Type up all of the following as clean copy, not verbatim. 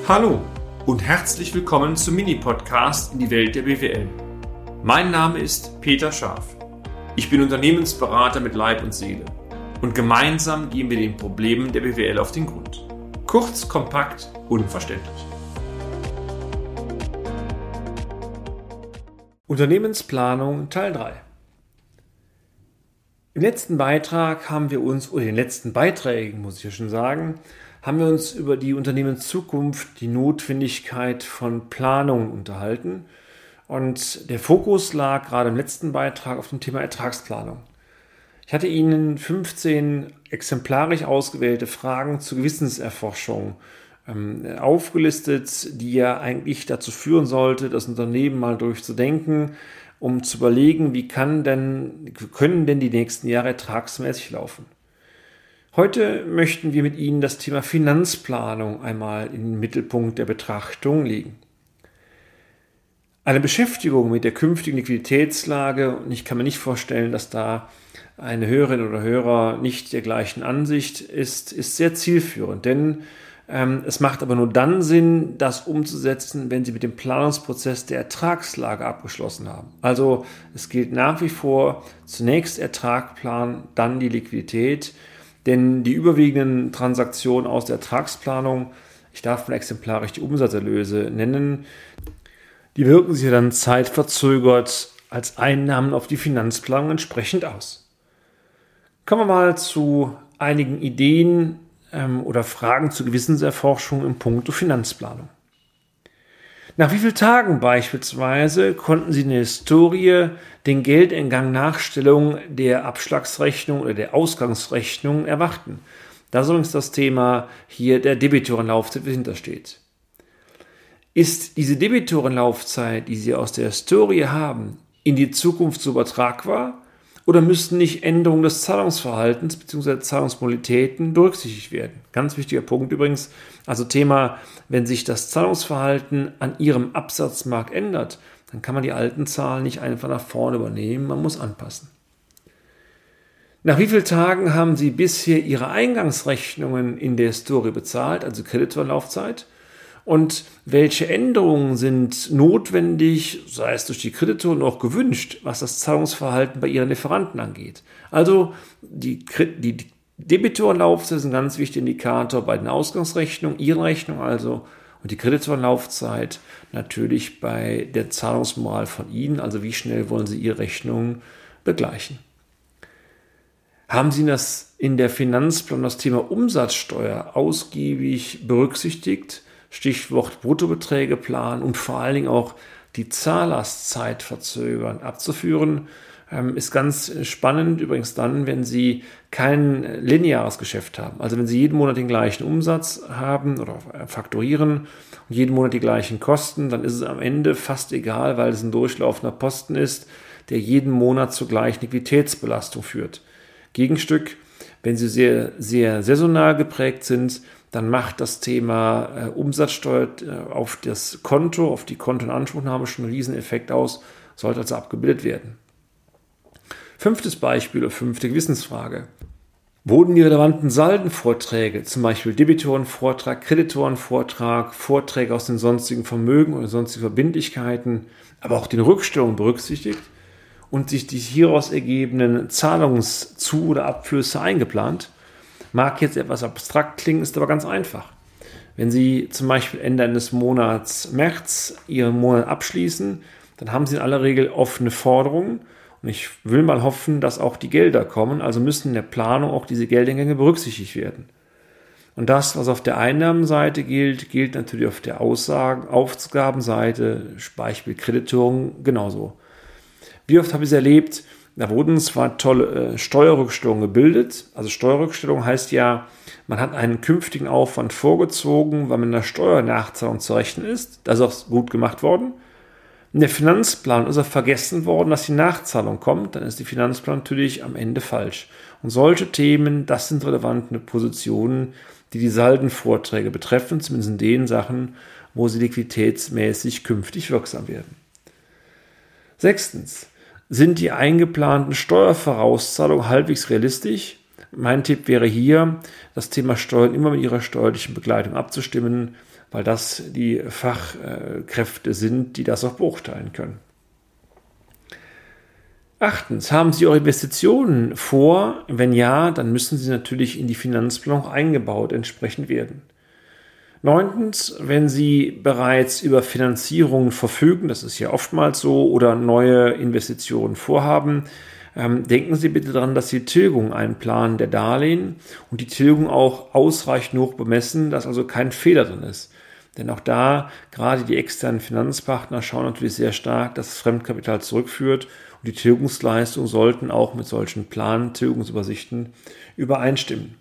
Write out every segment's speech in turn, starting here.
Hallo und herzlich willkommen zum Mini-Podcast in die Welt der BWL. Mein Name ist Peter Scharf. Ich bin Unternehmensberater mit Leib und Seele und gemeinsam gehen wir den Problemen der BWL auf den Grund. Kurz, kompakt, unverständlich. Unternehmensplanung Teil 3. Im letzten Beitrag haben wir uns, oder in den letzten Beiträgen muss ich ja schon sagen, haben wir uns über die Unternehmenszukunft, die Notwendigkeit von Planung unterhalten. Und der Fokus lag gerade im letzten Beitrag auf dem Thema Ertragsplanung. Ich hatte Ihnen 15 exemplarisch ausgewählte Fragen zur Gewissenserforschung aufgelistet, die ja eigentlich dazu führen sollte, das Unternehmen mal durchzudenken, um zu überlegen, wie können denn die nächsten Jahre ertragsmäßig laufen. Heute möchten wir mit Ihnen das Thema Finanzplanung einmal in den Mittelpunkt der Betrachtung legen. Eine Beschäftigung mit der künftigen Liquiditätslage, und ich kann mir nicht vorstellen, dass da eine Hörerin oder Hörer nicht der gleichen Ansicht ist sehr zielführend, denn es macht aber nur dann Sinn, das umzusetzen, wenn Sie mit dem Planungsprozess der Ertragslage abgeschlossen haben. Also es gilt nach wie vor zunächst Ertragsplan, dann die Liquidität, denn die überwiegenden Transaktionen aus der Ertragsplanung, ich darf mal exemplarisch die Umsatzerlöse nennen, die wirken sich dann zeitverzögert als Einnahmen auf die Finanzplanung entsprechend aus. Kommen wir mal zu einigen Ideen oder Fragen zur Gewissenserforschung im Punkto Finanzplanung. Nach wie vielen Tagen beispielsweise konnten Sie in der Historie den Geldeingang nach Stellung der Abschlagsrechnung oder der Ausgangsrechnung erwarten? Das ist übrigens das Thema hier der Debitorenlaufzeit, die dahinter steht. Ist diese Debitorenlaufzeit, die Sie aus der Historie haben, in die Zukunft so übertragbar? Oder müssten nicht Änderungen des Zahlungsverhaltens bzw. Zahlungsmodalitäten berücksichtigt werden? Ganz wichtiger Punkt übrigens, also Thema, wenn sich das Zahlungsverhalten an Ihrem Absatzmarkt ändert, dann kann man die alten Zahlen nicht einfach nach vorne übernehmen, man muss anpassen. Nach wie vielen Tagen haben Sie bisher Ihre Eingangsrechnungen in der Historie bezahlt, also Kreditorenlaufzeit? Und welche Änderungen sind notwendig, sei es durch die Kreditoren auch gewünscht, was das Zahlungsverhalten bei Ihren Lieferanten angeht? Also die Debitorenlaufzeit ist ein ganz wichtiger Indikator bei den Ausgangsrechnungen, Ihren Rechnungen also, und die Kreditorenlaufzeit natürlich bei der Zahlungsmoral von Ihnen, also wie schnell wollen Sie Ihre Rechnungen begleichen. Haben Sie das in der Finanzplanung das Thema Umsatzsteuer ausgiebig berücksichtigt? Stichwort Bruttobeträge planen und vor allen Dingen auch die Zahllastzeit verzögern, abzuführen, ist ganz spannend. Übrigens dann, wenn Sie kein lineares Geschäft haben. Also wenn Sie jeden Monat den gleichen Umsatz haben oder fakturieren und jeden Monat die gleichen Kosten, dann ist es am Ende fast egal, weil es ein durchlaufender Posten ist, der jeden Monat zur gleichen Liquiditätsbelastung führt. Gegenstück, wenn Sie sehr, sehr saisonal geprägt sind, dann macht das Thema Umsatzsteuer auf das Konto, auf die Kontoinanspruchnahme schon einen Rieseneffekt aus, sollte also abgebildet werden. 5. Beispiel oder 5. Gewissensfrage. Wurden die relevanten Saldenvorträge, zum Beispiel Debitorenvortrag, Kreditorenvortrag, Vorträge aus den sonstigen Vermögen oder sonstigen Verbindlichkeiten, aber auch den Rückstellungen berücksichtigt und sich die hieraus ergebenden Zahlungszu- oder Abflüsse eingeplant? Mag jetzt etwas abstrakt klingen, ist aber ganz einfach. Wenn Sie zum Beispiel Ende eines Monats März Ihren Monat abschließen, dann haben Sie in aller Regel offene Forderungen und ich will mal hoffen, dass auch die Gelder kommen, also müssen in der Planung auch diese Geldeingänge berücksichtigt werden. Und das, was auf der Einnahmenseite gilt, gilt natürlich auf der Ausgabenseite, Beispiel Kreditoren, genauso. Wie oft habe ich es erlebt, da wurden zwar tolle Steuerrückstellungen gebildet, also Steuerrückstellung heißt ja, man hat einen künftigen Aufwand vorgezogen, weil man in der Steuernachzahlung zu rechnen ist, das ist auch gut gemacht worden. In der Finanzplan ist vergessen worden, dass die Nachzahlung kommt, dann ist die Finanzplan natürlich am Ende falsch. Und solche Themen, das sind relevante Positionen, die die Saldenvorträge betreffen, zumindest in den Sachen, wo sie liquiditätsmäßig künftig wirksam werden. 6. Sind die eingeplanten Steuervorauszahlungen halbwegs realistisch? Mein Tipp wäre hier, das Thema Steuern immer mit Ihrer steuerlichen Begleitung abzustimmen, weil das die Fachkräfte sind, die das auch beurteilen können. Achtens, haben Sie Ihre Investitionen vor? Wenn ja, dann müssen sie natürlich in die Finanzplanung eingebaut entsprechend werden. Neuntens, wenn Sie bereits über Finanzierungen verfügen, das ist ja oftmals so, oder neue Investitionen vorhaben, denken Sie bitte daran, dass Sie Tilgung einplanen der Darlehen und die Tilgung auch ausreichend hoch bemessen, dass also kein Fehler drin ist. Denn auch da, gerade die externen Finanzpartner schauen natürlich sehr stark, dass das Fremdkapital zurückführt und die Tilgungsleistungen sollten auch mit solchen Tilgungsübersichten übereinstimmen.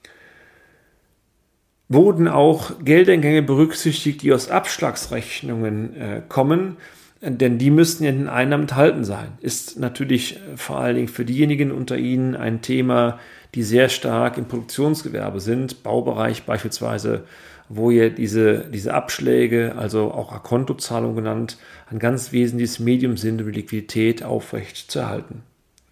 Wurden auch Geldeingänge berücksichtigt, die aus Abschlagsrechnungen kommen, denn die müssten ja in den Einnahmen enthalten sein. Ist natürlich vor allen Dingen für diejenigen unter Ihnen ein Thema, die sehr stark im Produktionsgewerbe sind, Baubereich beispielsweise, wo ja diese Abschläge, also auch Akontozahlung genannt, ein ganz wesentliches Medium sind, um die Liquidität aufrecht zu erhalten.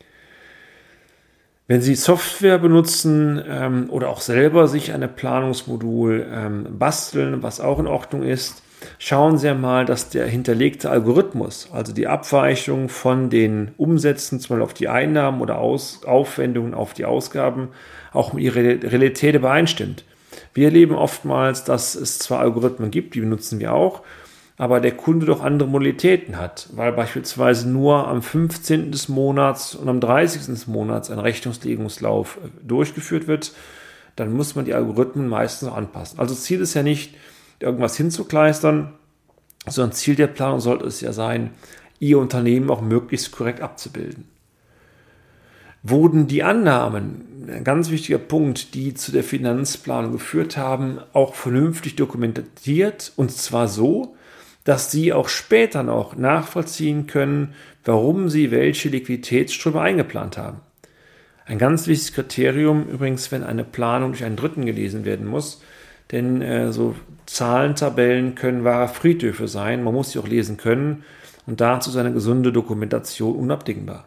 Wenn Sie Software benutzen oder auch selber sich ein Planungsmodul basteln, was auch in Ordnung ist, schauen Sie einmal, dass der hinterlegte Algorithmus, also die Abweichung von den Umsätzen, zum Beispiel auf die Einnahmen oder Aufwendungen auf die Ausgaben, auch mit Ihrer Realität übereinstimmt. Wir erleben oftmals, dass es zwar Algorithmen gibt, die benutzen wir auch, aber der Kunde doch andere Modalitäten hat, weil beispielsweise nur am 15. des Monats und am 30. des Monats ein Rechnungslegungslauf durchgeführt wird, dann muss man die Algorithmen meistens auch anpassen. Also Ziel ist ja nicht, irgendwas hinzukleistern, sondern Ziel der Planung sollte es ja sein, Ihr Unternehmen auch möglichst korrekt abzubilden. Wurden die Annahmen, ein ganz wichtiger Punkt, die zu der Finanzplanung geführt haben, auch vernünftig dokumentiert, und zwar so, dass Sie auch später noch nachvollziehen können, warum Sie welche Liquiditätsströme eingeplant haben. Ein ganz wichtiges Kriterium übrigens, wenn eine Planung durch einen Dritten gelesen werden muss, denn so Zahlentabellen können wahre Friedhöfe sein, man muss sie auch lesen können und dazu ist eine gesunde Dokumentation unabdingbar.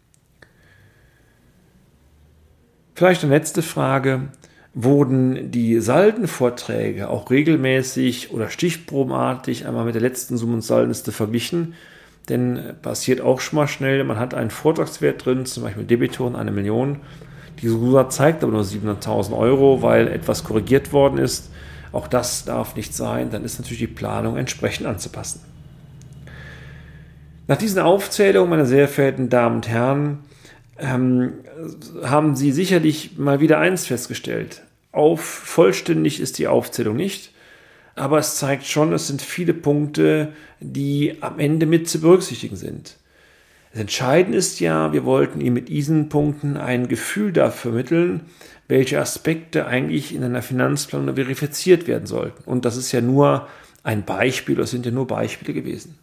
Vielleicht eine letzte Frage. Wurden die Saldenvorträge auch regelmäßig oder stichprobenartig einmal mit der letzten Summ- und Saldenliste verglichen? Denn passiert auch schon mal schnell, man hat einen Vortragswert drin, zum Beispiel Debitoren 1 Million. Die SUSA zeigt aber nur 700.000 Euro, weil etwas korrigiert worden ist. Auch das darf nicht sein, dann ist natürlich die Planung entsprechend anzupassen. Nach diesen Aufzählungen, meine sehr verehrten Damen und Herren, haben Sie sicherlich mal wieder eins festgestellt. Vollständig ist die Aufzählung nicht, aber es zeigt schon, es sind viele Punkte, die am Ende mit zu berücksichtigen sind. Das Entscheidende ist ja, wir wollten Ihnen mit diesen Punkten ein Gefühl dafür vermitteln, welche Aspekte eigentlich in einer Finanzplanung verifiziert werden sollten. Und das ist ja nur ein Beispiel, das sind ja nur Beispiele gewesen.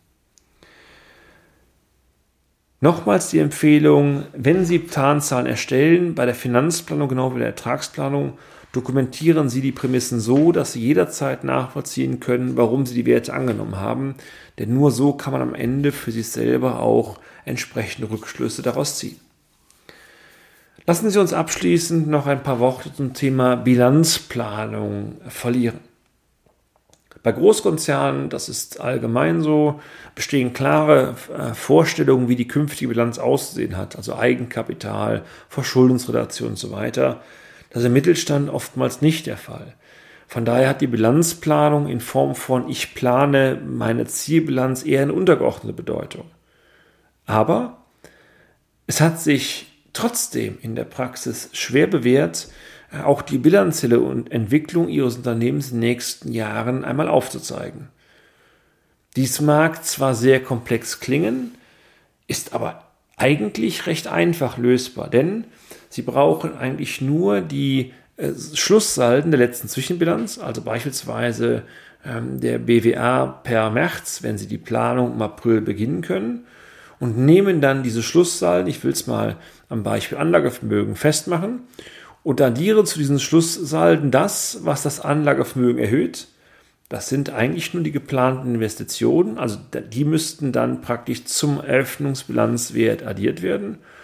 Nochmals die Empfehlung, wenn Sie Planzahlen erstellen, bei der Finanzplanung genau wie der Ertragsplanung, dokumentieren Sie die Prämissen so, dass Sie jederzeit nachvollziehen können, warum Sie die Werte angenommen haben. Denn nur so kann man am Ende für sich selber auch entsprechende Rückschlüsse daraus ziehen. Lassen Sie uns abschließend noch ein paar Worte zum Thema Bilanzplanung verlieren. Bei Großkonzernen, das ist allgemein so, bestehen klare Vorstellungen, wie die künftige Bilanz auszusehen hat, also Eigenkapital, Verschuldungsreduktion und so weiter. Das ist im Mittelstand oftmals nicht der Fall. Von daher hat die Bilanzplanung in Form von ich plane meine Zielbilanz eher eine untergeordnete Bedeutung. Aber es hat sich trotzdem in der Praxis schwer bewährt, auch die bilanzielle Entwicklung Ihres Unternehmens in den nächsten Jahren einmal aufzuzeigen. Dies mag zwar sehr komplex klingen, ist aber eigentlich recht einfach lösbar, denn Sie brauchen eigentlich nur die Schlusssalden der letzten Zwischenbilanz, also beispielsweise der BWA per März, wenn Sie die Planung im April beginnen können, und nehmen dann diese Schlusssalden, ich will es mal am Beispiel Anlagevermögen festmachen, und addiere zu diesen Schlusssalden das, was das Anlagevermögen erhöht. Das sind eigentlich nur die geplanten Investitionen, also die müssten dann praktisch zum Eröffnungsbilanzwert addiert werden.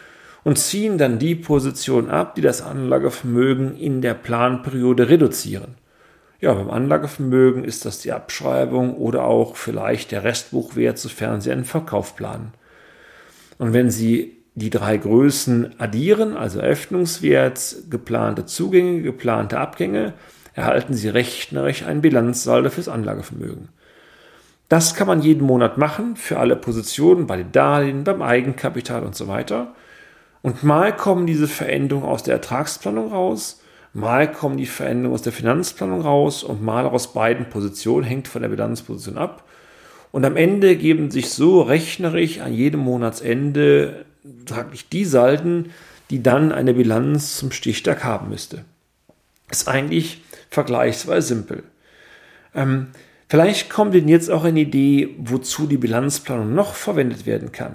und ziehen dann die Positionen ab, die das Anlagevermögen in der Planperiode reduzieren. Ja, beim Anlagevermögen ist das die Abschreibung oder auch vielleicht der Restbuchwert, sofern Sie einen Verkauf planen. Und wenn Sie die 3 Größen addieren, also Eröffnungswert, geplante Zugänge, geplante Abgänge, erhalten Sie rechnerisch ein Bilanzsaldo fürs Anlagevermögen. Das kann man jeden Monat machen für alle Positionen, bei den Darlehen, beim Eigenkapital und so weiter. Und mal kommen diese Veränderungen aus der Ertragsplanung raus, mal kommen die Veränderungen aus der Finanzplanung raus und mal aus beiden Positionen, hängt von der Bilanzposition ab. Und am Ende geben sich so rechnerisch an jedem Monatsende die Salden, die dann eine Bilanz zum Stichtag haben müsste. Ist eigentlich vergleichsweise simpel. Vielleicht kommt Ihnen jetzt auch eine Idee, wozu die Bilanzplanung noch verwendet werden kann.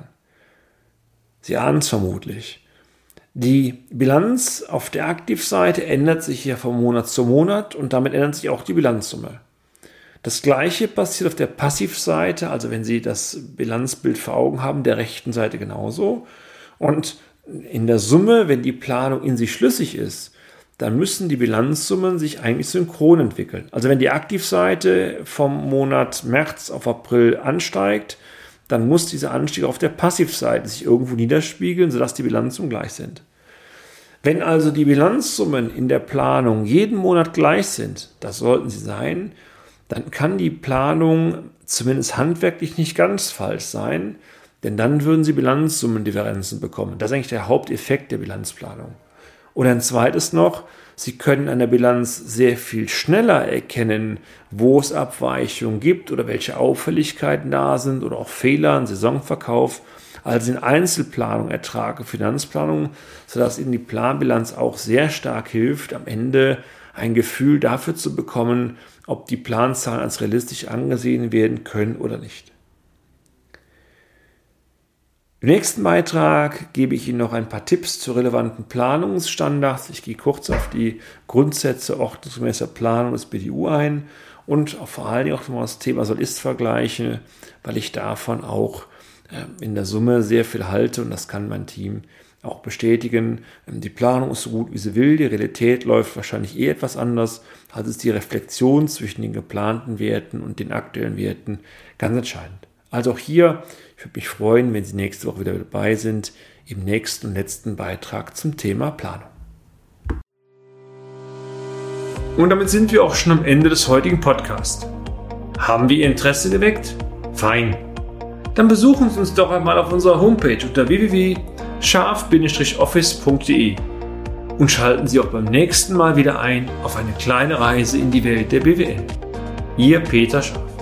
Sie ahnen es vermutlich. Die Bilanz auf der Aktivseite ändert sich ja von Monat zu Monat und damit ändert sich auch die Bilanzsumme. Das Gleiche passiert auf der Passivseite, also wenn Sie das Bilanzbild vor Augen haben, der rechten Seite genauso. Und in der Summe, wenn die Planung in sich schlüssig ist, dann müssen die Bilanzsummen sich eigentlich synchron entwickeln. Also wenn die Aktivseite vom Monat März auf April ansteigt, dann muss dieser Anstieg auf der Passivseite sich irgendwo niederspiegeln, sodass die Bilanzsummen gleich sind. Wenn also die Bilanzsummen in der Planung jeden Monat gleich sind, das sollten sie sein, dann kann die Planung zumindest handwerklich nicht ganz falsch sein, denn dann würden Sie Bilanzsummendifferenzen bekommen. Das ist eigentlich der Haupteffekt der Bilanzplanung. Und ein zweites noch, Sie können an der Bilanz sehr viel schneller erkennen, wo es Abweichungen gibt oder welche Auffälligkeiten da sind oder auch Fehler, ein Saisonverkauf, als in Einzelplanung, Ertrag und Finanzplanung, sodass Ihnen die Planbilanz auch sehr stark hilft, am Ende ein Gefühl dafür zu bekommen, ob die Planzahlen als realistisch angesehen werden können oder nicht. Im nächsten Beitrag gebe ich Ihnen noch ein paar Tipps zu relevanten Planungsstandards. Ich gehe kurz auf die Grundsätze ordnungsgemäßer Planung des BDU ein und vor allen Dingen auch noch das Thema Soll-Ist-Vergleiche, weil ich davon auch in der Summe sehr viel halte und das kann mein Team auch bestätigen. Die Planung ist so gut, wie sie will. Die Realität läuft wahrscheinlich etwas anders. Also ist die Reflexion zwischen den geplanten Werten und den aktuellen Werten ganz entscheidend. Also auch hier, ich würde mich freuen, wenn Sie nächste Woche wieder dabei sind, im nächsten und letzten Beitrag zum Thema Planung. Und damit sind wir auch schon am Ende des heutigen Podcasts. Haben wir Ihr Interesse geweckt? Fein. Dann besuchen Sie uns doch einmal auf unserer Homepage unter www.scharf-office.de und schalten Sie auch beim nächsten Mal wieder ein auf eine kleine Reise in die Welt der BWL. Ihr Peter Scharf.